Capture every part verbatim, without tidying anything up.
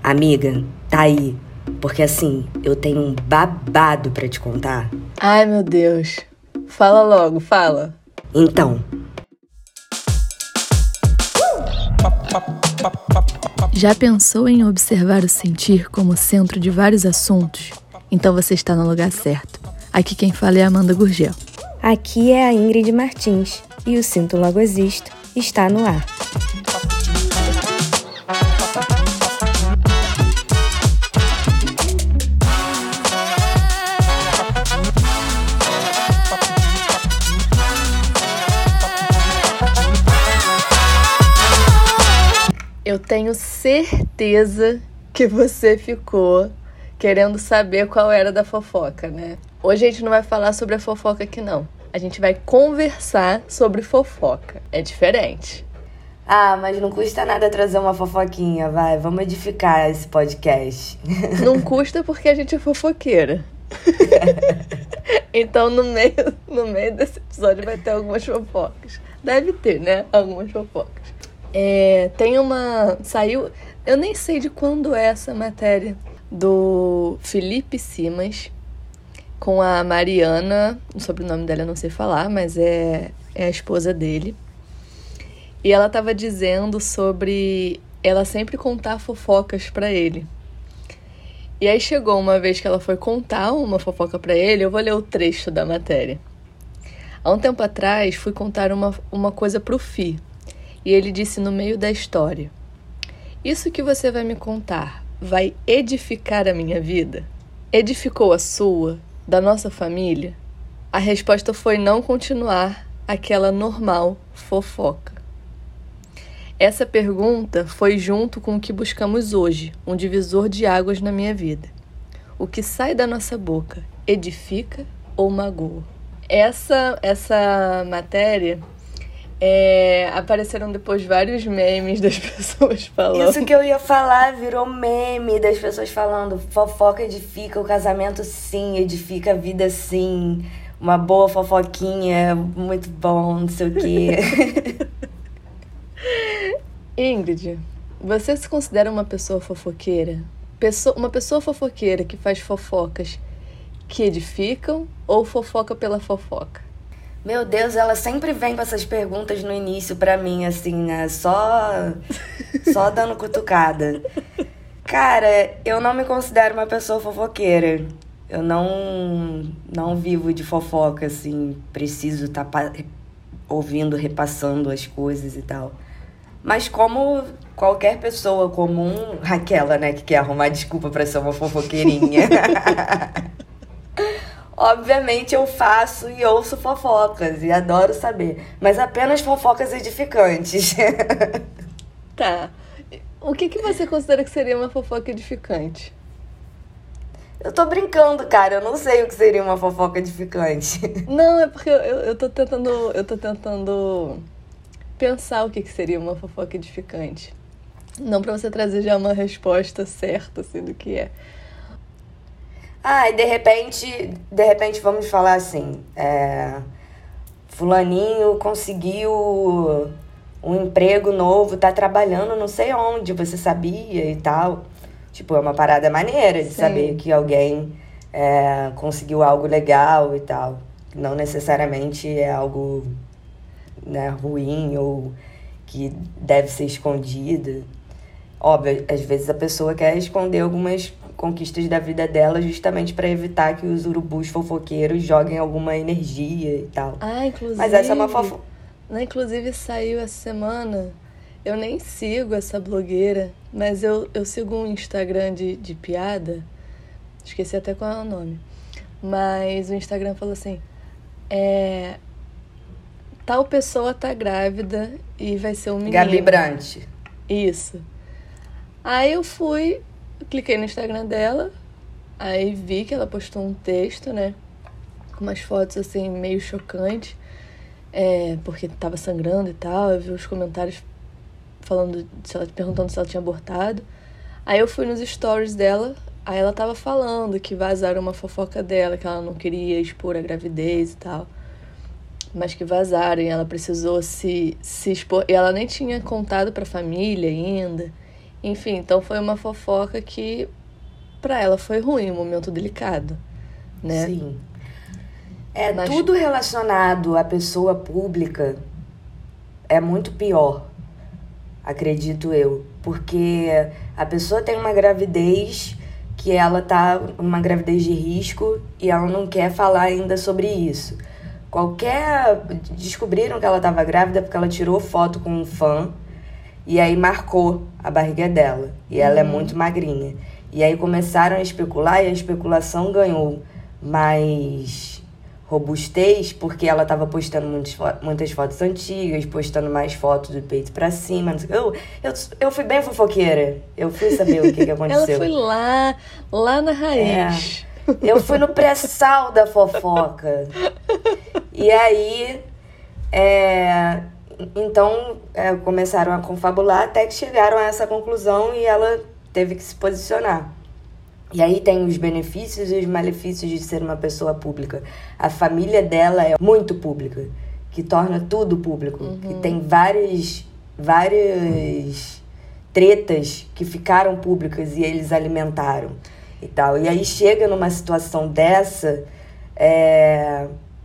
Amiga, tá aí. Porque assim, eu tenho um babado pra te contar. Ai, meu Deus. Fala logo, fala. Então. Já pensou em observar o sentir como centro de vários assuntos? Então você está no lugar certo. Aqui quem fala é Amanda Gurgel. Aqui é a Ingrid Martins. E o Sinto Logo Existo está no ar. Eu tenho certeza que você ficou querendo saber qual era da fofoca, né? Hoje a gente não vai falar sobre a fofoca aqui, não. A gente vai conversar sobre fofoca. É diferente. Ah, mas não custa nada trazer uma fofoquinha, vai. Vamos edificar esse podcast. Não custa porque a gente é fofoqueira. Então, no meio, no meio desse episódio vai ter algumas fofocas. Deve ter, né? Algumas fofocas. É, tem uma... Saiu... Eu nem sei de quando é essa matéria do Felipe Simas com a Mariana, o sobrenome dela eu não sei falar, mas é, é a esposa dele. E ela tava dizendo sobre ela sempre contar fofocas pra ele. E aí chegou uma vez que ela foi contar uma fofoca pra ele, eu vou ler o trecho da matéria. Há um tempo atrás, fui contar uma, uma coisa pro Fi. E ele disse no meio da história: isso que você vai me contar vai edificar a minha vida? Edificou a sua? Da nossa família? A resposta foi não continuar aquela normal fofoca. Essa pergunta foi junto com o que buscamos hoje, um divisor de águas na minha vida. O que sai da nossa boca edifica ou magoa? Essa, essa matéria... É, apareceram depois vários memes das pessoas falando. Isso que eu ia falar, virou meme das pessoas falando: fofoca edifica o casamento, sim, edifica a vida, sim. Uma boa fofoquinha, muito bom, não sei o quê. Ingrid, você se considera uma pessoa fofoqueira? Pessoa, uma pessoa fofoqueira que faz fofocas que edificam ou fofoca pela fofoca? Meu Deus, ela sempre vem com essas perguntas no início pra mim, assim, né? Só, só dando cutucada. Cara, eu não me considero uma pessoa fofoqueira. Eu não, não vivo de fofoca, assim. Preciso estar pa- ouvindo, repassando as coisas e tal. Mas como qualquer pessoa comum, aquela, né, que quer arrumar desculpa pra ser uma fofoqueirinha... Obviamente eu faço e ouço fofocas e adoro saber, mas apenas fofocas edificantes. Tá. O que, que você considera que seria uma fofoca edificante? Eu tô brincando, cara, eu não sei o que seria uma fofoca edificante. Não, é porque eu, eu tô tentando. Eu tô tentando pensar o que, que seria uma fofoca edificante. Não pra você trazer já uma resposta certa, assim, do que é. Ah, e de repente, de repente vamos falar assim, é, fulaninho conseguiu um emprego novo, tá trabalhando não sei onde, você sabia e tal. Tipo, é uma parada maneira de Sim. saber que alguém é, conseguiu algo legal e tal. Não necessariamente é algo, né, ruim ou que deve ser escondido. Óbvio, às vezes a pessoa quer esconder algumas conquistas da vida dela justamente para evitar que os urubus fofoqueiros joguem alguma energia e tal. Ah, inclusive... Mas essa é uma fofoca. Inclusive saiu essa semana, eu nem sigo essa blogueira, mas eu, eu sigo um Instagram de, de piada, esqueci até qual é o nome, mas o Instagram falou assim, é, tal pessoa tá grávida e vai ser um menino. Gabi Brant. Isso. Aí eu fui, cliquei no Instagram dela, aí vi que ela postou um texto, né, com umas fotos assim meio chocantes, é, porque tava sangrando e tal. Eu vi os comentários falando, se ela, perguntando se ela tinha abortado. Aí eu fui nos stories dela, aí ela tava falando que vazaram uma fofoca dela, que ela não queria expor a gravidez e tal, mas que vazaram e ela precisou se, se expor. E ela nem tinha contado pra família ainda. Enfim, então foi uma fofoca que pra ela foi ruim, um momento delicado, né? Sim. É, Mas- tudo relacionado à pessoa pública é muito pior, acredito eu. Porque a pessoa tem uma gravidez que ela tá uma gravidez de risco e ela não quer falar ainda sobre isso. Qualquer... Descobriram que ela estava grávida porque ela tirou foto com um fã e aí marcou a barriga dela. E ela é muito magrinha. E aí começaram a especular e a especulação ganhou mais robustez porque ela estava postando muitas, fo- muitas fotos antigas, postando mais fotos do peito pra cima. Não sei. Eu, eu, eu fui bem fofoqueira. Eu fui saber o que, que Ela aconteceu. foi lá, lá na raiz. Eu fui no pré-sal da fofoca. E aí, é, então, é, começaram a confabular até que chegaram a essa conclusão e ela teve que se posicionar. E aí tem os benefícios e os malefícios de ser uma pessoa pública. A família dela é muito pública, que torna tudo público. Que tem várias, várias tretas que ficaram públicas e eles alimentaram e tal. E aí chega numa situação dessa, é,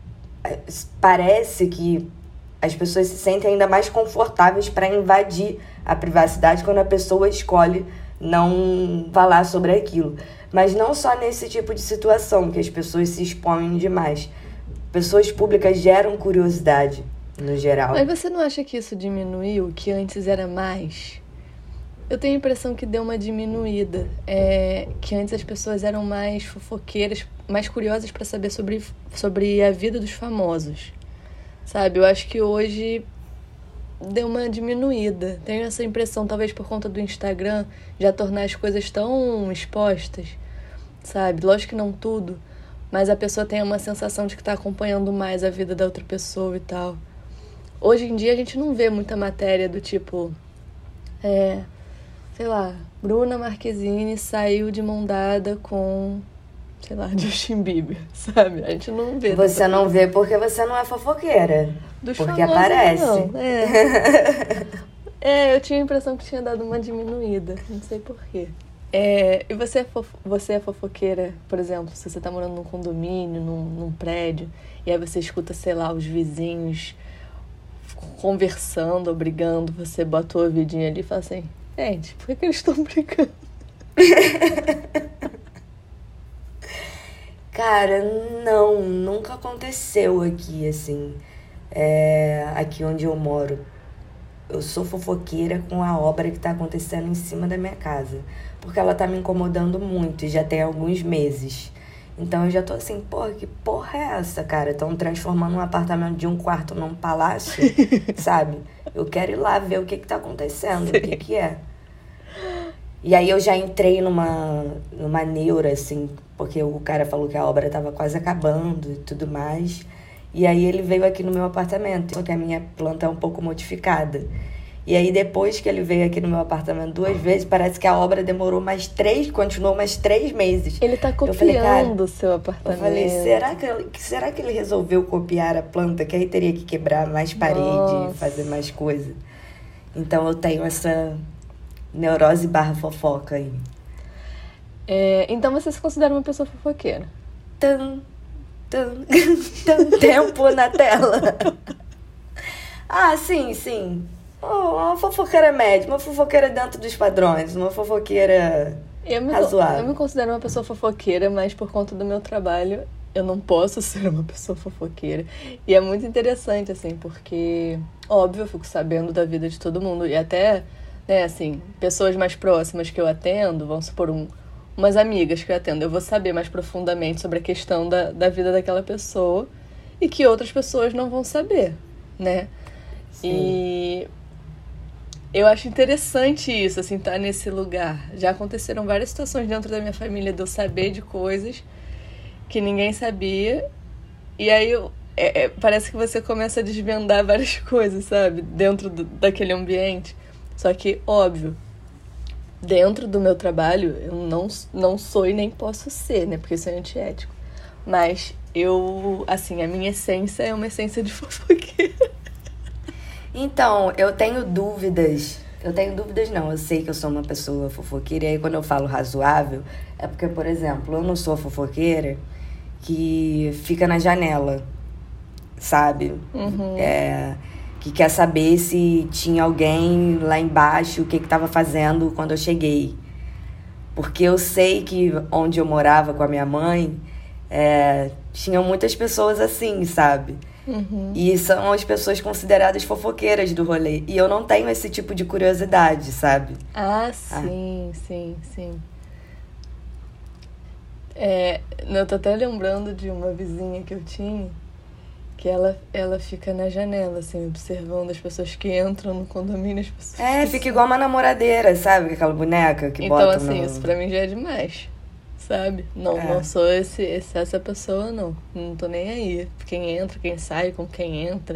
parece que as pessoas se sentem ainda mais confortáveis para invadir a privacidade quando a pessoa escolhe não falar sobre aquilo. Mas não só nesse tipo de situação, que as pessoas se expõem demais. Pessoas públicas geram curiosidade, no geral. Mas você não acha que isso diminuiu, que antes era mais? Eu tenho a impressão que deu uma diminuída. É, que antes as pessoas eram mais fofoqueiras, mais curiosas para saber sobre, sobre a vida dos famosos. Sabe? Eu acho que hoje deu uma diminuída. Tenho essa impressão, talvez por conta do Instagram, já tornar as coisas tão expostas, sabe? Lógico que não tudo, mas a pessoa tem uma sensação de que tá acompanhando mais a vida da outra pessoa e tal. Hoje em dia a gente não vê muita matéria do tipo, é, sei lá, Bruna Marquezine saiu de mão dada com, sei lá, Justin Bieber, sabe? A gente não vê. Você tanta não vê porque você não é fofoqueira. Dos porque famosos, aparece. não. É. É, eu tinha a impressão que tinha dado uma diminuída. Não sei porquê. É, e você é, fofo- você é fofoqueira, por exemplo, se você tá morando num condomínio, num, num prédio, e aí você escuta, sei lá, os vizinhos conversando ou brigando, você bota o ouvidinho ali e fala assim, gente, por que, que eles estão brigando? Cara, não, nunca aconteceu aqui, assim, é, aqui onde eu moro. Eu sou fofoqueira com a obra que tá acontecendo em cima da minha casa, porque ela tá me incomodando muito e já tem alguns meses. Então eu já tô assim, porra, que porra é essa, cara? Estão transformando um apartamento de um quarto num palácio, sabe? Eu quero ir lá ver o que que tá acontecendo, o que que é. E aí eu já entrei numa, numa neura, assim, porque o cara falou que a obra tava quase acabando e tudo mais. E aí ele veio aqui no meu apartamento, só que a minha planta é um pouco modificada. E aí depois que ele veio aqui no meu apartamento duas vezes, parece que a obra demorou mais três, continuou mais três meses. Ele tá Eu falei, cara, copiando o seu apartamento. Eu falei, será que, ele, será que ele resolveu copiar a planta? Que aí teria que quebrar mais parede, Nossa. fazer mais coisa. Então eu tenho essa neurose barra fofoca aí. É, então você se considera uma pessoa fofoqueira? Tum, tum, tum, tempo na tela. Ah, sim, sim. Oh, uma fofoqueira média, uma fofoqueira dentro dos padrões, uma fofoqueira Eu me, razoável. eu me considero uma pessoa fofoqueira, mas por conta do meu trabalho, eu não posso ser uma pessoa fofoqueira. E é muito interessante, assim, porque, óbvio, eu fico sabendo da vida de todo mundo. E até, né, assim, pessoas mais próximas que eu atendo, vamos supor, um, umas amigas que eu atendo, eu vou saber mais profundamente sobre a questão da, da vida daquela pessoa e que outras pessoas não vão saber, né? Sim. E eu acho interessante isso, assim, estar nesse lugar. Já aconteceram várias situações dentro da minha família de eu saber de coisas que ninguém sabia. E aí eu, é, é, parece que você começa a desvendar várias coisas, sabe? Dentro do, daquele ambiente. Só que, óbvio, dentro do meu trabalho, eu não, não sou e nem posso ser, né? Porque isso é antiético. Mas eu, assim, a minha essência é uma essência de fofoqueira. Então, eu tenho dúvidas Eu tenho dúvidas não, eu sei que eu sou uma pessoa fofoqueira, e aí quando eu falo razoável, é porque, por exemplo, eu não sou fofoqueira que fica na janela, sabe? Uhum. É, que quer saber se tinha alguém lá embaixo, o que que tava fazendo quando eu cheguei. Porque eu sei que onde eu morava com a minha mãe, é, tinham muitas pessoas assim, sabe? Uhum. E são as pessoas consideradas fofoqueiras do rolê. E eu não tenho esse tipo de curiosidade, sabe? Ah, sim, ah. sim, sim. É, eu tô até lembrando de uma vizinha que eu tinha, que ela, ela fica na janela, assim, observando as pessoas que entram no condomínio, as pessoas É, que fica igual uma namoradeira, sabe? Aquela boneca que então, bota assim, no... isso pra mim já é demais, sabe? Não, É. não sou esse, esse, essa pessoa, não. Não tô nem aí. Quem entra, quem sai, com quem entra.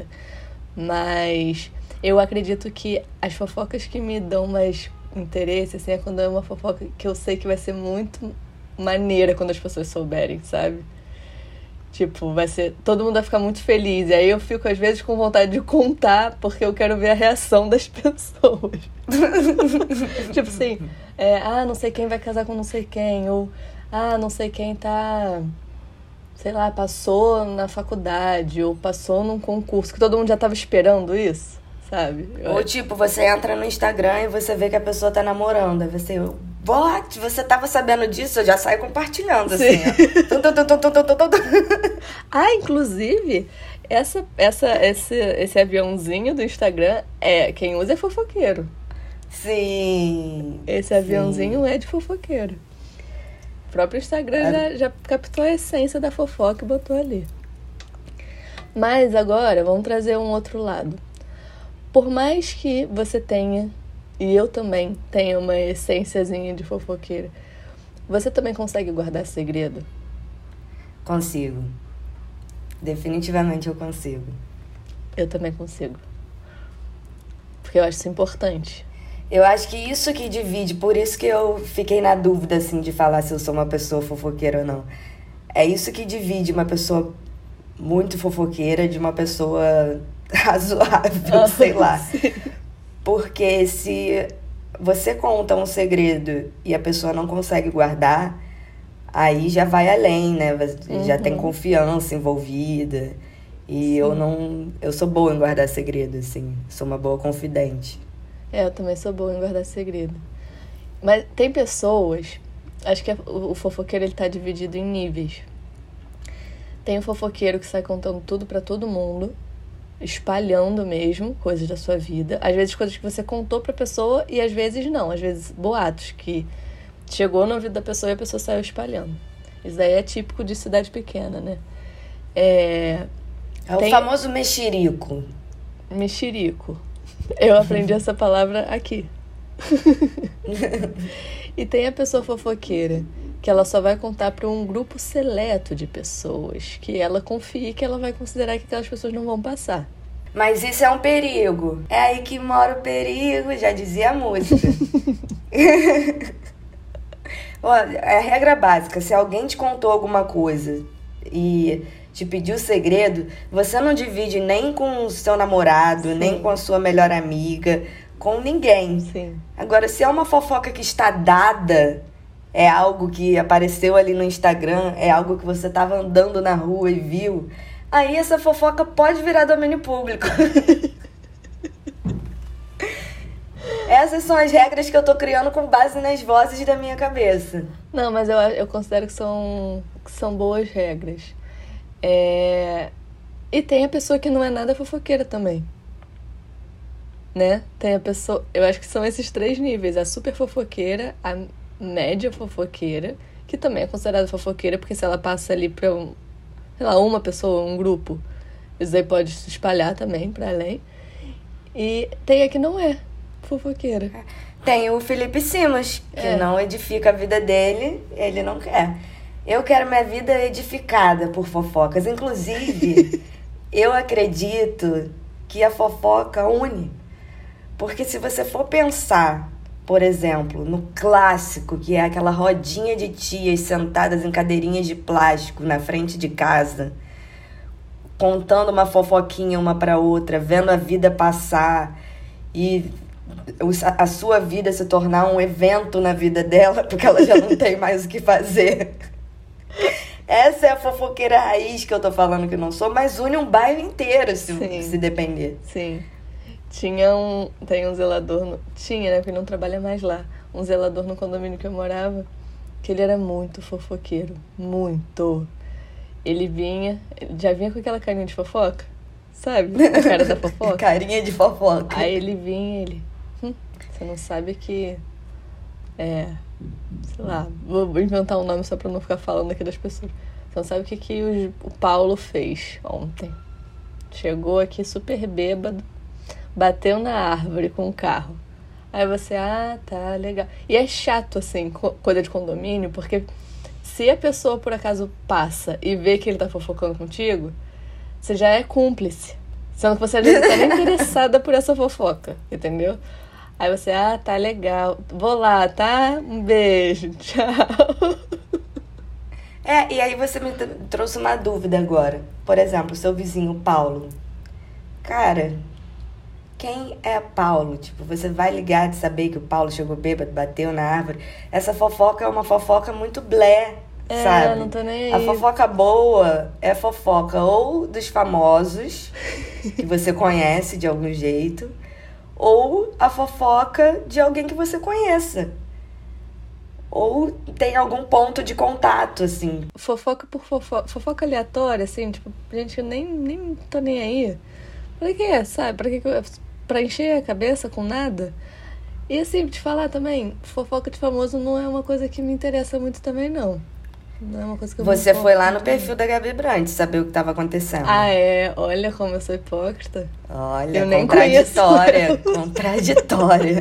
Mas eu acredito que as fofocas que me dão mais interesse, assim, é quando é uma fofoca que eu sei que vai ser muito maneira quando as pessoas souberem, sabe? Tipo, vai ser... Todo mundo vai ficar muito feliz. E aí eu fico, às vezes, com vontade de contar, porque eu quero ver a reação das pessoas. Tipo assim, é, ah, não sei quem vai casar com não sei quem. Ou, ah, não sei quem tá... Sei lá, passou na faculdade. Ou passou num concurso. Que todo mundo já tava esperando isso, sabe? Eu... Ou tipo, você entra no Instagram e você vê que a pessoa tá namorando. Aí você... What? Você tava sabendo disso? Eu já saio compartilhando, assim. Tum, tum, tum, tum, tum, tum, tum. Ah, inclusive, essa, essa, esse, esse aviãozinho do Instagram, é quem usa é fofoqueiro. Sim. Esse sim. aviãozinho é de fofoqueiro. O próprio Instagram é. já, já captou a essência da fofoca e botou ali. Mas agora, vamos trazer um outro lado. Por mais que você tenha... E eu também tenho uma essênciazinha de fofoqueira. Você também consegue guardar segredo? Consigo. Definitivamente eu consigo. Eu também consigo. Porque eu acho isso importante. Eu acho que isso que divide, por isso que eu fiquei na dúvida, assim, de falar se eu sou uma pessoa fofoqueira ou não. É isso que divide uma pessoa muito fofoqueira de uma pessoa razoável, ah, sei lá. Sim. Porque se você conta um segredo e a pessoa não consegue guardar, aí já vai além, né? Já uhum. tem confiança envolvida. E Sim. eu não... Eu sou boa em guardar segredo, assim. Sou uma boa confidente. É, eu também sou boa em guardar segredo. Mas tem pessoas... Acho que o fofoqueiro, ele tá dividido em níveis. Tem o fofoqueiro que sai contando tudo pra todo mundo, espalhando mesmo coisas da sua vida. Às vezes coisas que você contou pra pessoa e às vezes não. Às vezes boatos que chegou na vida da pessoa e a pessoa saiu espalhando. Isso daí é típico de cidade pequena, né? É, é o tem... famoso mexerico. Mexerico. Eu aprendi essa palavra aqui. E tem a pessoa fofoqueira, que ela só vai contar para um grupo seleto de pessoas, que ela confia que ela vai considerar que aquelas pessoas não vão passar. Mas isso é um perigo. É aí que mora o perigo, já dizia a música. Olha, é a regra básica. Se alguém te contou alguma coisa e te pediu segredo, você não divide nem com o seu namorado, Sim. nem com a sua melhor amiga, com ninguém. Sim. Agora, se é uma fofoca que está dada... É algo que apareceu ali no Instagram, é algo que você estava andando na rua e viu, aí essa fofoca pode virar domínio público. Essas são as regras que eu tô criando com base nas vozes da minha cabeça. Não, mas eu, eu considero que são, que são boas regras. É... E tem a pessoa que não é nada fofoqueira também. Né? Tem a pessoa... Eu acho que são esses três níveis. A super fofoqueira, a média fofoqueira, que também é considerada fofoqueira, porque se ela passa ali pra, um, sei lá, uma pessoa, um grupo, isso aí pode se espalhar também pra além. E tem a que não é fofoqueira. Tem o Felipe Simas, que é. não edifica a vida dele, ele não quer. Eu quero minha vida edificada por fofocas. Inclusive, eu acredito que a fofoca une. Porque se você for pensar, por exemplo, no clássico, que é aquela rodinha de tias sentadas em cadeirinhas de plástico na frente de casa, contando uma fofoquinha uma pra outra, vendo a vida passar e a sua vida se tornar um evento na vida dela, porque ela já não tem mais o que fazer. Essa é a fofoqueira raiz que eu tô falando que não sou, mas une um bairro inteiro, se, se depender. Sim. Tinha um... Tem um zelador... No, tinha, né? Porque não trabalha mais lá. Um zelador no condomínio que eu morava, que ele era muito fofoqueiro. Muito. Ele vinha... Já vinha com aquela carinha de fofoca? Sabe? A cara da fofoca. Carinha de fofoca. Aí ele vinha e ele... Hum, você não sabe que... É... Sei lá, vou inventar um nome só pra não ficar falando aqui das pessoas. Você não sabe o que, que o, o Paulo fez ontem. Chegou aqui super bêbado, bateu na árvore com o carro. Aí você, ah, tá, legal. E é chato, assim, co- coisa de condomínio, porque se a pessoa por acaso passa e vê que ele tá fofocando contigo, você já é cúmplice. Sendo que você não tá nem interessada por essa fofoca, entendeu? Aí você, ah, tá legal, vou lá, tá? Um beijo, tchau. É, e aí você me t- trouxe uma dúvida agora. Por exemplo, seu vizinho Paulo. Cara, quem é Paulo? Tipo, você vai ligar de saber que o Paulo chegou bêbado, bateu na árvore. Essa fofoca é uma fofoca muito blé, É, sabe? não tô nem A aí. fofoca boa é fofoca ou dos famosos, que você conhece de algum jeito, ou a fofoca de alguém que você conheça. Ou tem algum ponto de contato, assim. Fofoca por fofoca, fofoca aleatória, assim, tipo, gente, eu nem, nem tô nem aí. Pra que, sabe? Pra que que eu... Pra encher a cabeça com nada? E assim, te falar também, fofoca de famoso não é uma coisa que me interessa muito também, não. Não é uma coisa que eu me Você importo foi lá no muito, perfil não. da Gabi Brandt saber o que estava acontecendo. Ah, é? Olha como eu sou hipócrita. Olha, Eu nem contraditória. conheço Contraditória.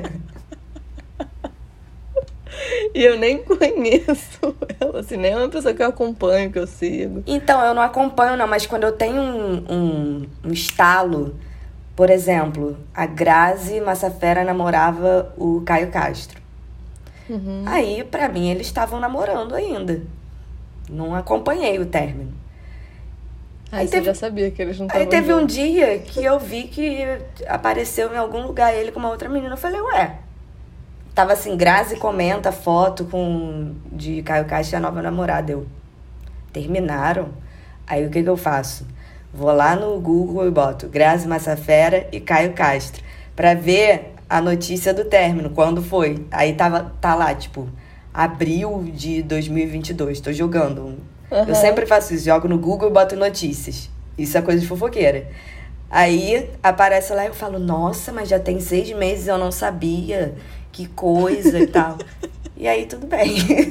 E eu nem conheço ela, assim, nem é uma pessoa que eu acompanho, que eu sigo. Então, eu não acompanho, não, mas quando eu tenho um, um, um estalo, por exemplo, a Grazi Massafera namorava o Caio Castro. Uhum. Aí, pra mim, eles estavam namorando ainda. Não acompanhei o término. Ah, Aí você teve- já sabia que eles não Aí estavam teve um juntos. dia que eu vi que apareceu em algum lugar ele com uma outra menina. Eu falei, ué. Tava assim, Grazi comenta foto com de Caio Castro e a nova namorada. Eu, terminaram? Aí o que que eu faço? Vou lá no Google e boto Grazi Massafera e Caio Castro pra ver a notícia do término, quando foi. Aí tava, tá lá, tipo, abril de dois mil e vinte e dois. Tô jogando. Eu Aham. sempre faço isso, jogo no Google e boto notícias. Isso é coisa de fofoqueira. Aí aparece lá e eu falo, nossa, mas já tem seis meses, eu não sabia. Que coisa e tal. E aí tudo bem.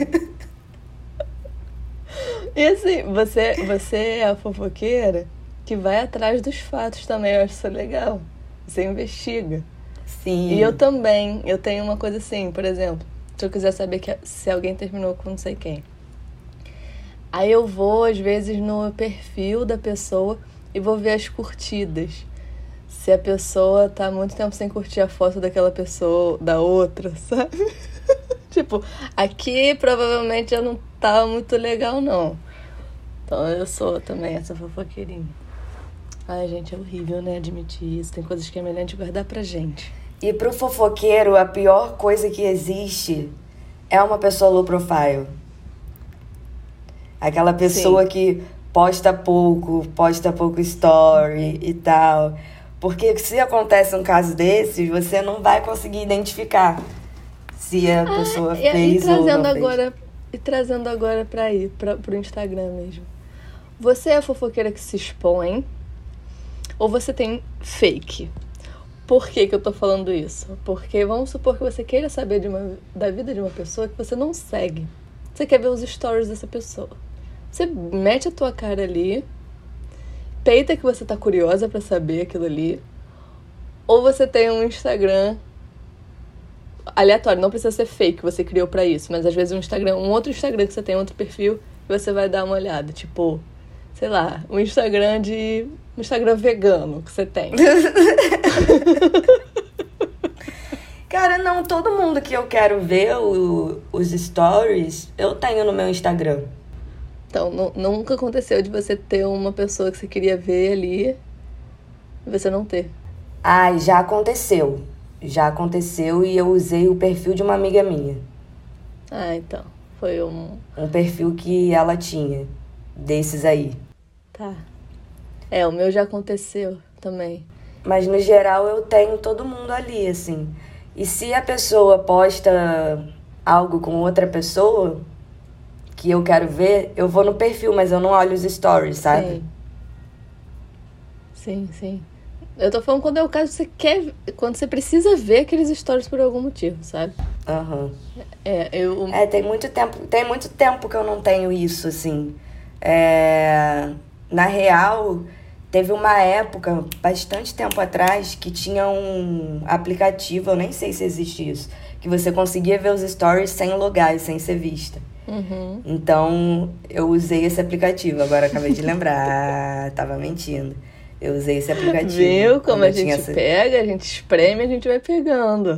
E assim, você, você é a fofoqueira que vai atrás dos fatos também, eu acho isso legal. Você investiga. Sim. E eu também, eu tenho uma coisa assim, por exemplo, se eu quiser saber que, se alguém terminou com não sei quem. Aí eu vou, às vezes, no perfil da pessoa e vou ver as curtidas. Se a pessoa tá há muito tempo sem curtir a foto daquela pessoa, da outra, sabe? Tipo, aqui provavelmente já não tava muito legal, não. Então eu sou também essa fofoqueirinha. Ai, gente, é horrível, né, admitir isso. Tem coisas que é melhor a gente guardar pra gente. E pro fofoqueiro, a pior coisa que existe é uma pessoa low profile. Aquela pessoa Sim. que posta pouco, posta pouco story e tal. Porque se acontece um caso desses, você não vai conseguir identificar se a pessoa E, e fez ou não trazendo fez. agora, e trazendo agora pra ir, pra, pro Instagram mesmo. Você é a fofoqueira que se expõe ou você tem fake? Por que que eu tô falando isso? Porque vamos supor que você queira saber de uma, da vida de uma pessoa que você não segue. Você quer ver os stories dessa pessoa. Você mete a tua cara ali, peita que você tá curiosa pra saber aquilo ali, ou você tem um Instagram aleatório, não precisa ser fake que você criou pra isso, mas às vezes um Instagram, um outro Instagram que você tem, outro perfil, que você vai dar uma olhada, tipo, sei lá, um Instagram de um Instagram vegano que você tem. Cara, não, todo mundo que eu quero ver o- os stories, eu tenho no meu Instagram. Então, nu- nunca aconteceu de você ter uma pessoa que você queria ver ali e você não ter. Ai, já aconteceu. já aconteceu e eu usei o perfil de uma amiga minha. Ah, então. Foi um... Um perfil que ela tinha, desses aí. Tá. É, o meu já aconteceu também. Mas, no geral, eu tenho todo mundo ali, assim. E se a pessoa posta algo com outra pessoa que eu quero ver, eu vou no perfil, mas eu não olho os stories, sabe? Sim. Sim, sim. Eu tô falando quando é o caso que você quer... Quando você precisa ver aqueles stories por algum motivo, sabe? Aham. Uhum. É, eu... É, tem muito tempo, tem muito tempo que eu não tenho isso, assim. É... Na real, teve uma época, bastante tempo atrás, que tinha um aplicativo, eu nem sei se existe isso, que você conseguia ver os stories sem logar e sem ser vista. Uhum. Então, eu usei esse aplicativo. Agora acabei de lembrar. Tava mentindo. Eu usei esse aplicativo. Viu como a gente essa... pega, a gente espreme, a gente vai pegando.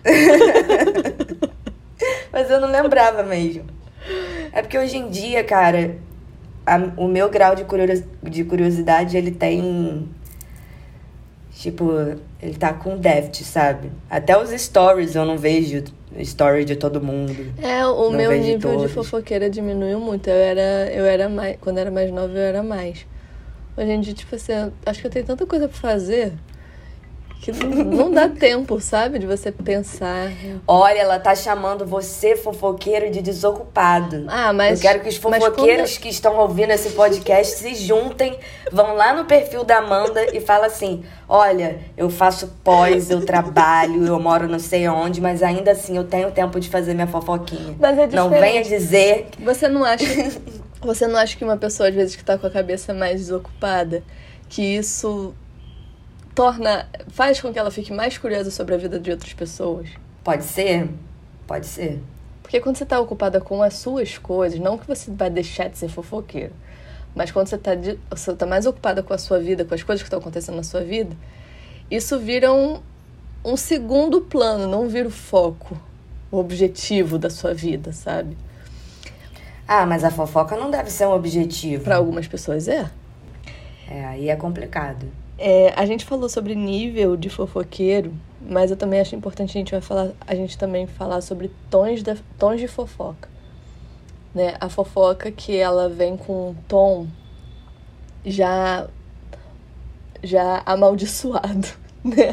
Mas eu não lembrava mesmo. É porque hoje em dia, cara, a, o meu grau de, curios, de curiosidade, ele tem... Tipo, ele tá com déficit, sabe? Até os stories eu não vejo story de todo mundo. É, o não meu vejo nível todos. de fofoqueira diminuiu muito. Eu era, eu era mais... Quando eu era mais nova, eu era mais. Hoje em dia, tipo assim, acho que eu tenho tanta coisa pra fazer que não, não dá tempo, sabe? De você pensar. Olha, ela tá chamando você, fofoqueiro, de desocupado. Ah, mas... Eu quero que os fofoqueiros quando... que estão ouvindo esse podcast se juntem, vão lá no perfil da Amanda e falam assim, olha, eu faço pós, eu trabalho, eu moro não sei onde, mas ainda assim eu tenho tempo de fazer minha fofoquinha. Mas é diferente. Não venha dizer... Você não acha... Você não acha que uma pessoa, às vezes, que tá com a cabeça mais desocupada, que isso torna... faz com que ela fique mais curiosa sobre a vida de outras pessoas? Pode ser, pode ser. Porque quando você tá ocupada com as suas coisas, não que você vai deixar de ser fofoqueiro, mas quando você tá, de, você tá mais ocupada com a sua vida, com as coisas que estão acontecendo na sua vida, isso vira um, um segundo plano, não vira o foco, o objetivo da sua vida, sabe? Ah, mas a fofoca não deve ser um objetivo. Para algumas pessoas é. É, aí é complicado. É, a gente falou sobre nível de fofoqueiro, mas eu também acho importante a gente, vai falar, a gente também falar sobre tons, da, tons de fofoca. Né? A fofoca que ela vem com um tom já, já amaldiçoado, né?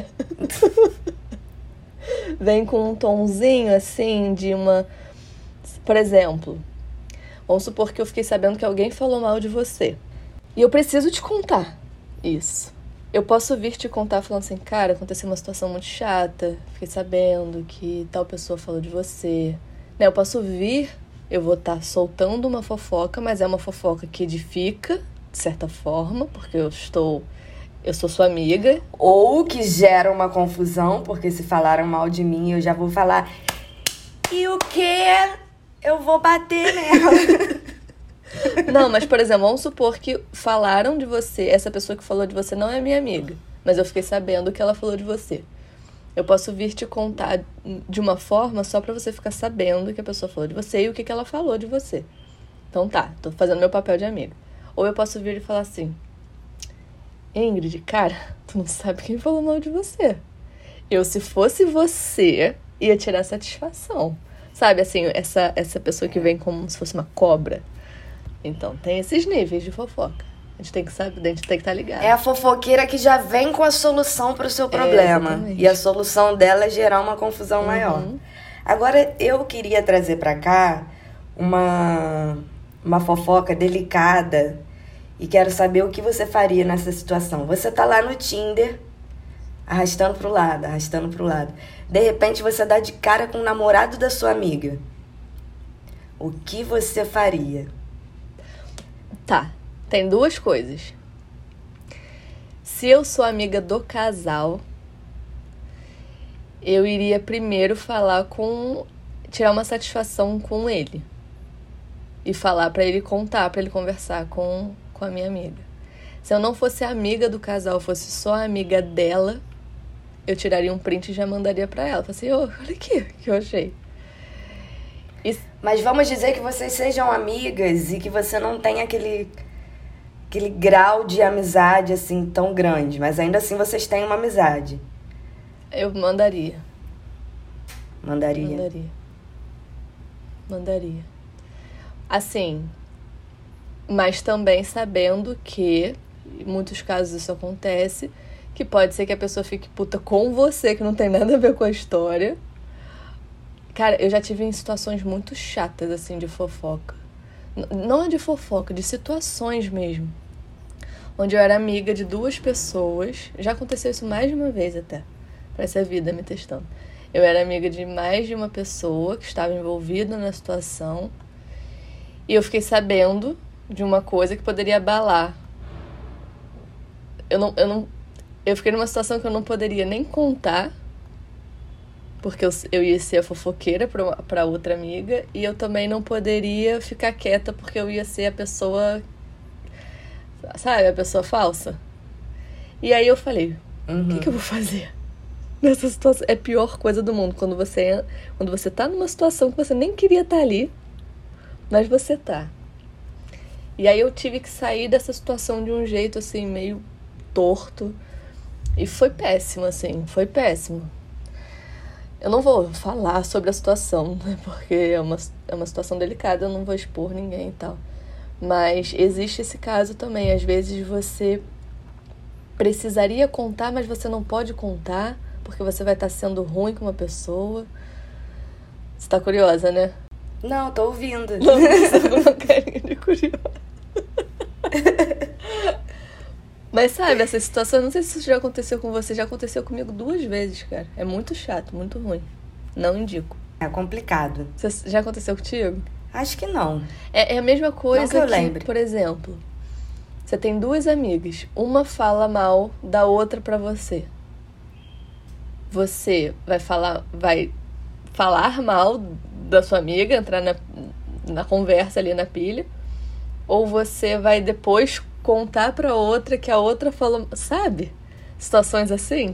Vem com um tomzinho assim de uma... Por exemplo... Vamos supor que eu fiquei sabendo que alguém falou mal de você. E eu preciso te contar isso. Eu posso vir te contar falando assim, cara, aconteceu uma situação muito chata, fiquei sabendo que tal pessoa falou de você. Né? Eu posso vir, eu vou estar soltando uma fofoca, mas é uma fofoca que edifica, de certa forma, porque eu estou... Eu sou sua amiga. Ou que gera uma confusão, porque se falaram mal de mim, eu já vou falar... E o quê? Eu vou bater nela. Não, mas, por exemplo, vamos supor que falaram de você. Essa pessoa que falou de você não é minha amiga, mas eu fiquei sabendo que ela falou de você. Eu posso vir te contar de uma forma só pra você ficar sabendo que a pessoa falou de você e o que, que ela falou de você. Então tá, tô fazendo meu papel de amiga. Ou eu posso vir e falar assim... Ingrid, cara, tu não sabe quem falou mal de você. Eu, se fosse você, ia tirar satisfação. Sabe, assim, essa, essa pessoa que vem como se fosse uma cobra. Então, tem esses níveis de fofoca. A gente tem que saber, a gente tem que estar ligado. É a fofoqueira que já vem com a solução pro seu problema. É, e a solução dela é gerar uma confusão uhum. maior. Agora, eu queria trazer pra cá uma, uma fofoca delicada e quero saber o que você faria nessa situação. Você tá lá no Tinder, arrastando pro lado, arrastando pro lado. De repente, você dá de cara com o namorado da sua amiga. O que você faria? Tá, tem duas coisas. Se eu sou amiga do casal, eu iria primeiro falar com... tirar uma satisfação com ele. E falar pra ele contar, pra ele conversar com, com a minha amiga. Se eu não fosse amiga do casal, fosse só amiga dela... eu tiraria um print e já mandaria pra ela. Falei assim, oh, olha aqui o que eu achei. E... Mas vamos dizer que vocês sejam amigas e que você não tenha aquele, aquele grau de amizade assim tão grande. Mas ainda assim vocês têm uma amizade. Eu mandaria. Mandaria? Mandaria. Mandaria. Assim, mas também sabendo que, em muitos casos isso acontece, que pode ser que a pessoa fique puta com você, que não tem nada a ver com a história. Cara, eu já tive em situações muito chatas, assim, de fofoca. N- Não é de fofoca, de situações mesmo. Onde eu era amiga de duas pessoas. Já aconteceu isso mais de uma vez até. Parece a vida me testando. Eu era amiga de mais de uma pessoa que estava envolvida na situação. E eu fiquei sabendo de uma coisa que poderia abalar. Eu não, eu não, eu fiquei numa situação que eu não poderia nem contar, porque eu, eu ia ser a fofoqueira para outra amiga, e eu também não poderia ficar quieta, porque eu ia ser a pessoa, sabe, a pessoa falsa. E aí eu falei, o Uhum. que, que eu vou fazer nessa situação? É a pior coisa do mundo, quando você, quando você tá numa situação que você nem queria estar ali, mas você tá. E aí eu tive que sair dessa situação de um jeito, assim, meio torto. E foi péssimo, assim, foi péssimo. Eu não vou falar sobre a situação, né? Porque é uma, é uma situação delicada, eu não vou expor ninguém e tal. Mas existe esse caso também. Às vezes você precisaria contar, mas você não pode contar, porque você vai estar sendo ruim com uma pessoa. Você tá curiosa, né? Não, tô ouvindo. Não, você com uma carinha de curiosa. Mas sabe, essa situação, não sei se isso já aconteceu com você, já aconteceu comigo duas vezes, cara. É muito chato, muito ruim. Não indico. É complicado. Você, já aconteceu contigo? Acho que não. É, é a mesma coisa Não que eu que, lembre. por exemplo, você tem duas amigas, uma fala mal da outra pra você. Você vai falar, vai falar mal da sua amiga, entrar na, na conversa ali na pilha, ou você vai depois contar pra outra que a outra falou, sabe? Situações assim.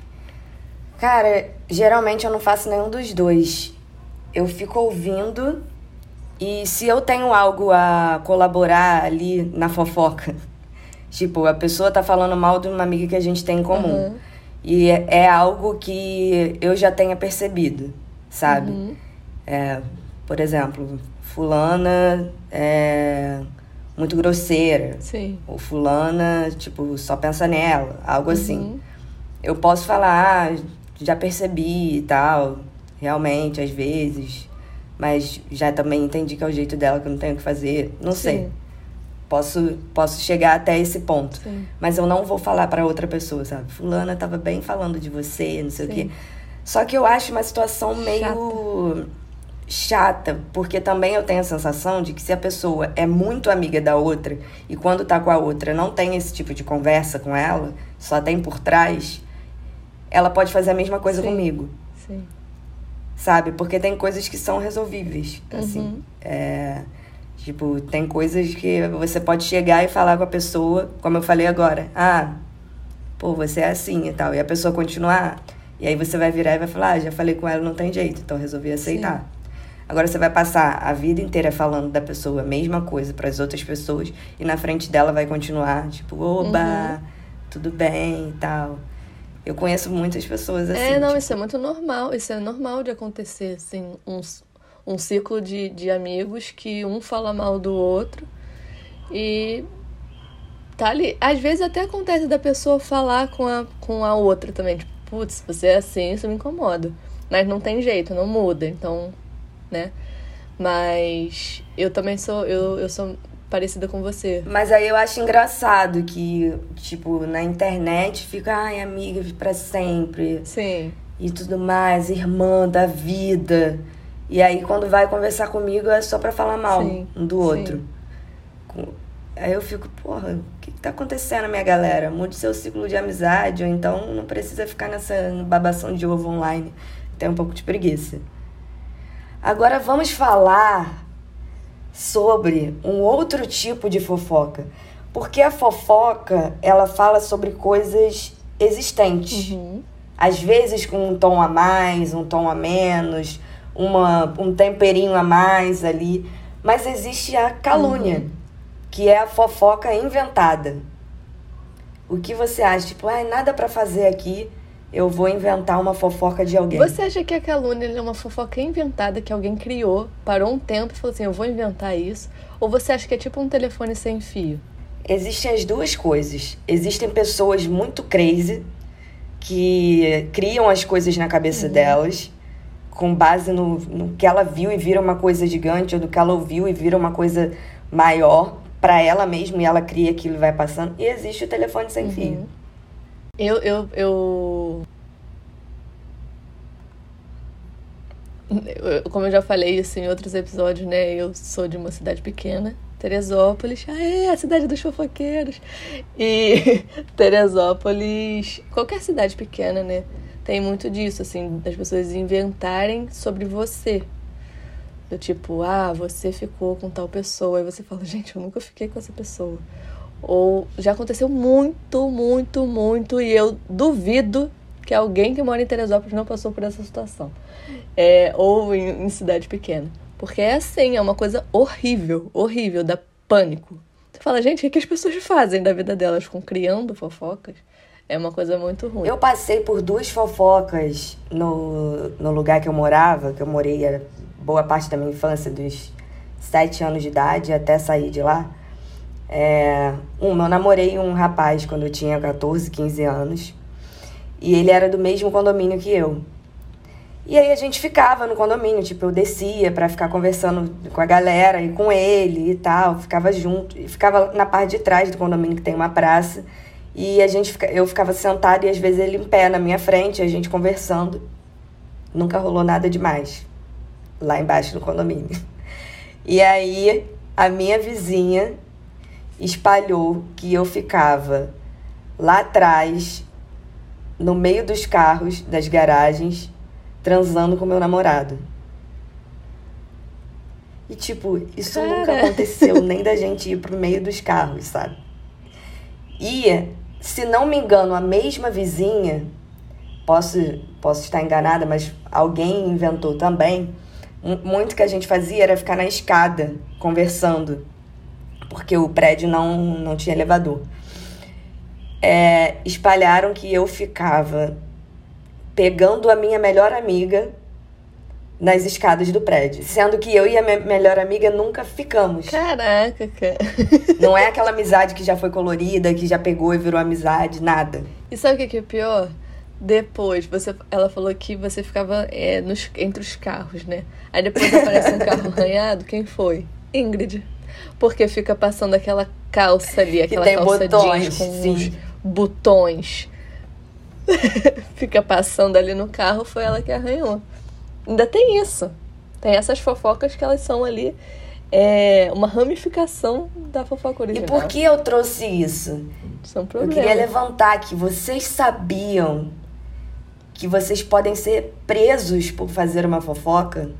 Cara, geralmente eu não faço nenhum dos dois. Eu fico ouvindo e se eu tenho algo a colaborar ali na fofoca, tipo, a pessoa tá falando mal de uma amiga que a gente tem em comum. Uhum. E é, é algo que eu já tenha percebido, sabe? Uhum. É, por exemplo, fulana é muito grosseira. Sim. Ou fulana, tipo, só pensa nela. Algo assim. Uhum. Eu posso falar, ah, já percebi e tal. Realmente, às vezes. Mas já também entendi que é o jeito dela, que eu não tenho o que fazer. Não sei. Sim. Posso, posso chegar até esse ponto. Sim. Mas eu não vou falar pra outra pessoa, sabe? Fulana tava bem falando de você, não sei Sim. o quê. Só que eu acho uma situação meio chata, porque também eu tenho a sensação de que se a pessoa é muito amiga da outra e quando tá com a outra não tem esse tipo de conversa com ela, só tem por trás, ela pode fazer a mesma coisa Sim. comigo, Sim. sabe? Porque tem coisas que são resolvíveis, assim. Uhum. É, tipo, tem coisas que você pode chegar e falar com a pessoa, como eu falei agora. Ah, pô, você é assim e tal. E a pessoa continuar. E aí você vai virar e vai falar, ah, já falei com ela, não tem jeito, então resolvi aceitar. Sim. Agora você vai passar a vida inteira falando da pessoa a mesma coisa para as outras pessoas e na frente dela vai continuar, tipo, oba, Uhum. tudo bem e tal. Eu conheço muitas pessoas assim. É, não, tipo, isso é muito normal. Isso é normal de acontecer, assim, um, um ciclo de, de amigos que um fala mal do outro e tá ali. Às vezes até acontece da pessoa falar com a, com a outra também. Tipo, putz, você é assim, isso me incomoda. Mas não tem jeito, não muda, então, né? Mas eu também sou, eu, eu sou parecida com você. Mas aí eu acho engraçado que, tipo, na internet fica, ai, amiga pra sempre Sim, e tudo mais, irmã da vida. E aí quando vai conversar comigo é só pra falar mal Sim, um do sim. outro. Com- Aí eu fico, porra, o que, que tá acontecendo, minha galera? Mude seu ciclo de amizade, ou então não precisa ficar nessa babação de ovo online. Tem um pouco de preguiça. Agora vamos falar sobre um outro tipo de fofoca. Porque a fofoca, ela fala sobre coisas existentes. Uhum. Às vezes com um tom a mais, um tom a menos, uma, um temperinho a mais ali. Mas existe a calúnia, Uhum. que é a fofoca inventada. O que você acha? Tipo, ai, nada pra fazer aqui, eu vou inventar uma fofoca de alguém. Você acha que a calúnia é uma fofoca inventada que alguém criou, parou um tempo e falou assim, eu vou inventar isso? Ou você acha que é tipo um telefone sem fio? Existem as duas coisas. Existem pessoas muito crazy que criam as coisas na cabeça uhum. delas com base no, no que ela viu e vira uma coisa gigante, ou do que ela ouviu e vira uma coisa maior pra ela mesma, e ela cria aquilo e vai passando. E existe o telefone sem uhum. fio. Eu, eu, eu... eu... Como eu já falei isso em outros episódios, né? Eu sou de uma cidade pequena, Teresópolis. Ah, é a cidade dos fofoqueiros. E Teresópolis... Qualquer cidade pequena, né? Tem muito disso, assim, das pessoas inventarem sobre você. Do tipo, ah, você ficou com tal pessoa. Aí você fala, gente, eu nunca fiquei com essa pessoa. Ou já aconteceu muito, muito, muito, e eu duvido que alguém que mora em Teresópolis não passou por essa situação. É, ou em, em cidade pequena. Porque é assim, é uma coisa horrível, horrível, dá pânico. Você fala, gente, o que, que as pessoas fazem da vida delas com criando fofocas? É uma coisa muito ruim. Eu passei por duas fofocas no, no lugar que eu morava, que eu morei a boa parte da minha infância, dos sete anos de idade até sair de lá. É, uma, eu namorei um rapaz quando eu tinha catorze, quinze anos. E ele era do mesmo condomínio que eu. E aí a gente ficava no condomínio, tipo, eu descia pra ficar conversando com a galera e com ele e tal. Ficava junto, e ficava na parte de trás do condomínio, que tem uma praça. E a gente, eu ficava sentada e às vezes ele em pé na minha frente, a gente conversando. Nunca rolou nada demais lá embaixo no condomínio. E aí a minha vizinha espalhou que eu ficava lá atrás, no meio dos carros, das garagens, transando com meu namorado. E, tipo, isso Cara. nunca aconteceu, nem da gente ir pro meio dos carros, sabe? E, se não me engano, a mesma vizinha, posso, posso estar enganada, mas alguém inventou também, muito que a gente fazia era ficar na escada, conversando, porque o prédio não, não tinha elevador. É, espalharam que eu ficava pegando a minha melhor amiga nas escadas do prédio. Sendo que eu e a minha melhor amiga nunca ficamos. Caraca, cara. Não é aquela amizade que já foi colorida, que já pegou e virou amizade, nada. E sabe o que, que é pior? Depois, você, ela falou que você ficava é, nos, entre os carros, né? Aí depois aparece um carro arranhado. Quem foi? Ingrid. Porque fica passando aquela calça ali, aquela que tem calça botões, jeans com sim. uns botões. Fica passando ali no carro, foi ela que arranhou. Ainda tem isso. Tem essas fofocas que elas são ali é, uma ramificação da fofoca original. E por que eu trouxe isso? São problemas. Eu queria levantar que vocês sabiam que vocês podem ser presos por fazer uma fofoca?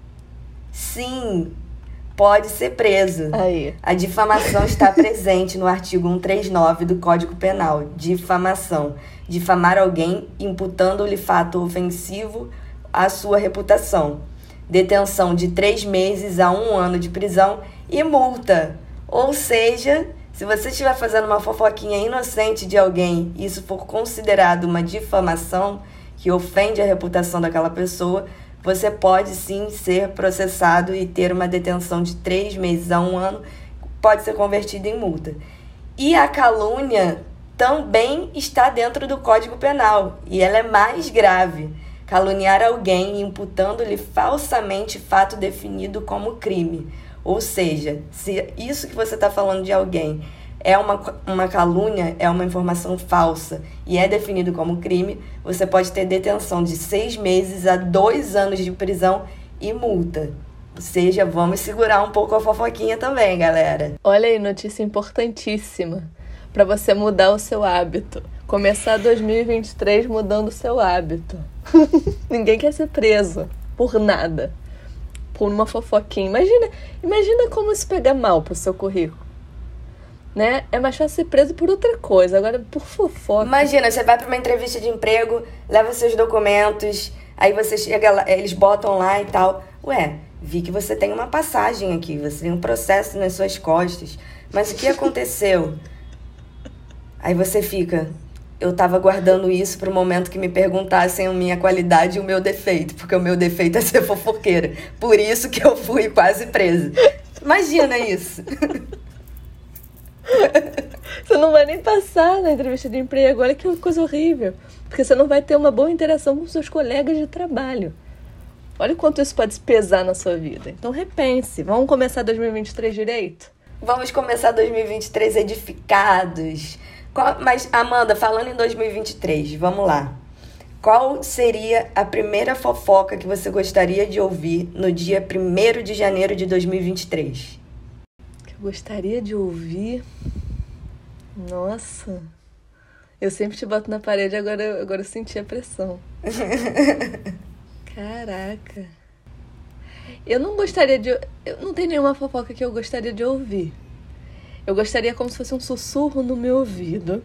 Sim, pode ser preso. Aí. A difamação está presente no artigo cento e trinta e nove do Código Penal. Difamação. Difamar alguém imputando-lhe fato ofensivo à sua reputação. Detenção de três meses a um ano de prisão e multa. Ou seja, se você estiver fazendo uma fofoquinha inocente de alguém e isso for considerado uma difamação que ofende a reputação daquela pessoa, você pode sim ser processado e ter uma detenção de três meses a um ano, pode ser convertida em multa. E a calúnia também está dentro do Código Penal e ela é mais grave. Caluniar alguém imputando-lhe falsamente fato definido como crime. Ou seja, se isso que você está falando de alguém é uma, uma calúnia, é uma informação falsa e é definido como crime, você pode ter detenção de seis meses a dois anos de prisão e multa. Ou seja, vamos segurar um pouco a fofoquinha também, galera. Olha aí, notícia importantíssima para você mudar o seu hábito. Começar dois mil e vinte e três mudando o seu hábito. Ninguém quer ser preso por nada. Por uma fofoquinha. Imagina, imagina como isso pega mal pro seu currículo. Né? É mais fácil ser preso por outra coisa. Agora, por fofoca. Imagina, você vai pra uma entrevista de emprego, leva seus documentos, aí você chega lá, eles botam lá e tal. Ué, vi que você tem uma passagem aqui, você tem um processo nas suas costas. Mas o que aconteceu? Aí você fica, eu tava guardando isso pro momento que me perguntassem a minha qualidade e o meu defeito, porque o meu defeito é ser fofoqueira. Por isso que eu fui quase presa. Imagina isso. Você não vai nem passar na entrevista de emprego. Olha que coisa horrível. Porque você não vai ter uma boa interação com seus colegas de trabalho. Olha o quanto isso pode pesar na sua vida. Então repense. Vamos começar dois mil e vinte e três direito? Vamos começar dois mil e vinte e três edificados. Qual, mas, Amanda, falando em dois mil e vinte e três, vamos lá. Qual seria a primeira fofoca que você gostaria de ouvir no dia primeiro de janeiro de dois mil e vinte e três? Que eu gostaria de ouvir... Nossa... Eu sempre te boto na parede, agora, agora eu senti a pressão. Caraca. Eu não gostaria de... Eu não tenho nenhuma fofoca que eu gostaria de ouvir. Eu gostaria como se fosse um sussurro no meu ouvido.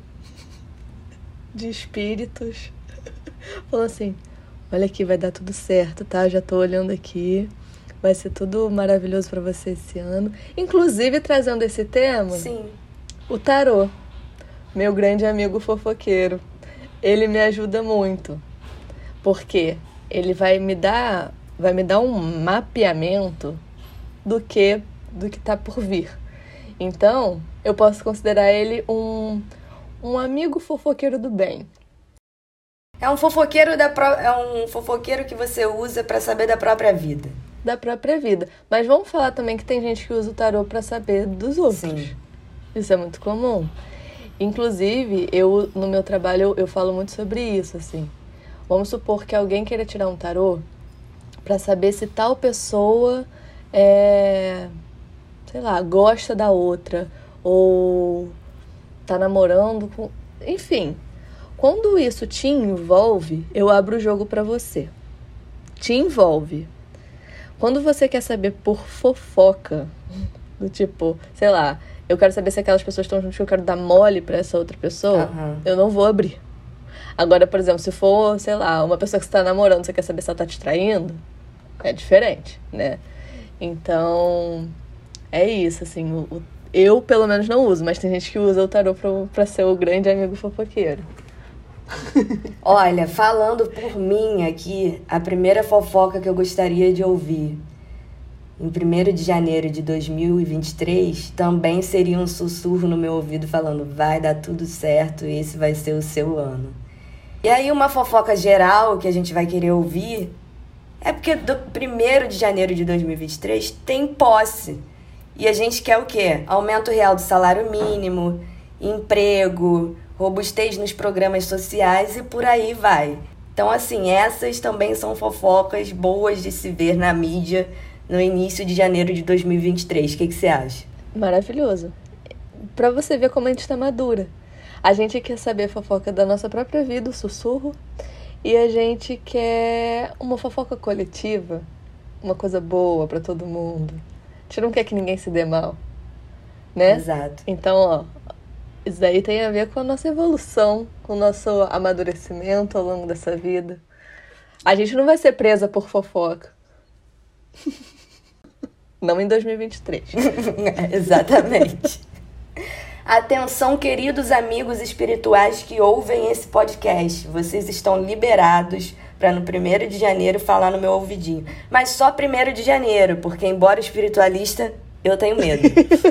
De espíritos. Falando assim, olha aqui, vai dar tudo certo, tá? Eu já tô olhando aqui. Vai ser tudo maravilhoso pra você esse ano. Inclusive, trazendo esse tema... Sim. O tarô. Meu grande amigo fofoqueiro. Ele me ajuda muito. Porque ele vai me dar, vai me dar um mapeamento do que, do que tá por vir. Então, eu posso considerar ele um, um amigo fofoqueiro do bem. É um fofoqueiro da pro... é um fofoqueiro que você usa pra saber da própria vida. Da própria vida. Mas vamos falar também que tem gente que usa o tarô pra saber dos outros. Sim. Isso é muito comum. Inclusive, eu, no meu trabalho, eu, eu falo muito sobre isso, assim. Vamos supor que alguém queira tirar um tarô para saber se tal pessoa, é, sei lá, gosta da outra, ou tá namorando com... Enfim, quando isso te envolve, eu abro o jogo para você. Te envolve. Quando você quer saber por fofoca, do tipo, sei lá... Eu quero saber se aquelas pessoas estão juntas que eu quero dar mole pra essa outra pessoa. Uhum. Eu não vou abrir. Agora, por exemplo, se for, sei lá, uma pessoa que você tá namorando, você quer saber se ela tá te traindo, é diferente, né? Então, é isso, assim. O, o, eu, pelo menos, não uso, mas tem gente que usa o tarô pra, pra ser o grande amigo fofoqueiro. Olha, falando por mim aqui, a primeira fofoca que eu gostaria de ouvir em primeiro de janeiro de dois mil e vinte e três, também seria um sussurro no meu ouvido falando, vai dar tudo certo, esse vai ser o seu ano. E aí uma fofoca geral que a gente vai querer ouvir é porque do primeiro de janeiro de dois mil e vinte e três tem posse. E a gente quer o quê? Aumento real do salário mínimo, emprego, robustez nos programas sociais e por aí vai. Então, assim, essas também são fofocas boas de se ver na mídia no início de janeiro de dois mil e vinte e três. O que, que você acha? Maravilhoso. Pra você ver como a gente tá madura. A gente quer saber a fofoca da nossa própria vida, o sussurro, e a gente quer uma fofoca coletiva, uma coisa boa pra todo mundo. A gente não quer que ninguém se dê mal, né? Exato. Então, ó, isso daí tem a ver com a nossa evolução, com o nosso amadurecimento ao longo dessa vida. A gente não vai ser presa por fofoca. Não em dois mil e vinte e três. Exatamente. Atenção, queridos amigos espirituais que ouvem esse podcast. Vocês estão liberados para no primeiro de janeiro falar no meu ouvidinho. Mas só primeiro de janeiro, porque embora espiritualista, eu tenho medo.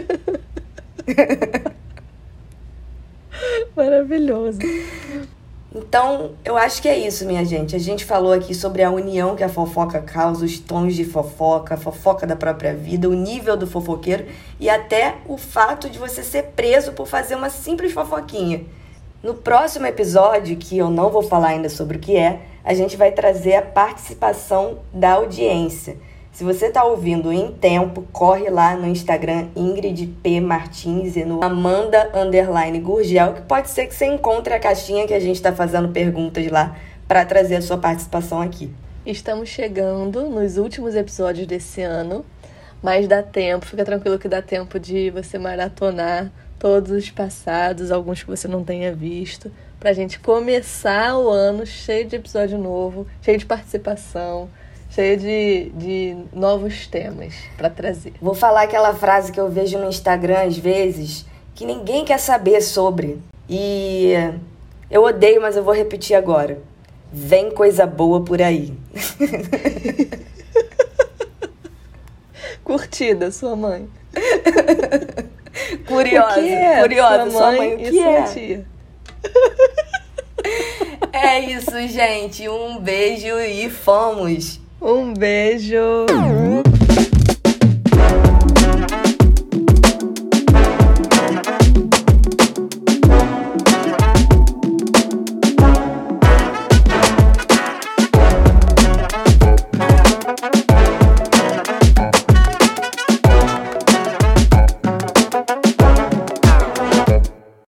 Maravilhoso. Então, eu acho que é isso, minha gente. A gente falou aqui sobre a união que a fofoca causa, os tons de fofoca, a fofoca da própria vida, o nível do fofoqueiro e até o fato de você ser preso por fazer uma simples fofoquinha. No próximo episódio, que eu não vou falar ainda sobre o que é, a gente vai trazer a participação da audiência. Se você está ouvindo em tempo, corre lá no Instagram Ingrid P. Martins e no Amanda underline Gurgel, que pode ser que você encontre a caixinha que a gente está fazendo perguntas lá para trazer a sua participação aqui. Estamos chegando nos últimos episódios desse ano, mas dá tempo, fica tranquilo que dá tempo de você maratonar todos os passados, alguns que você não tenha visto, pra gente começar o ano cheio de episódio novo, cheio de participação, cheio de, de novos temas pra trazer. Vou falar aquela frase que eu vejo no Instagram às vezes, que ninguém quer saber sobre. E Eu odeio, mas eu vou repetir agora. Vem coisa boa por aí. Curtida, sua mãe. Curiosa, o que é curiosa, sua mãe, sua mãe, o e que sua é? tia? É isso, gente. Um beijo e fomos! Um beijo.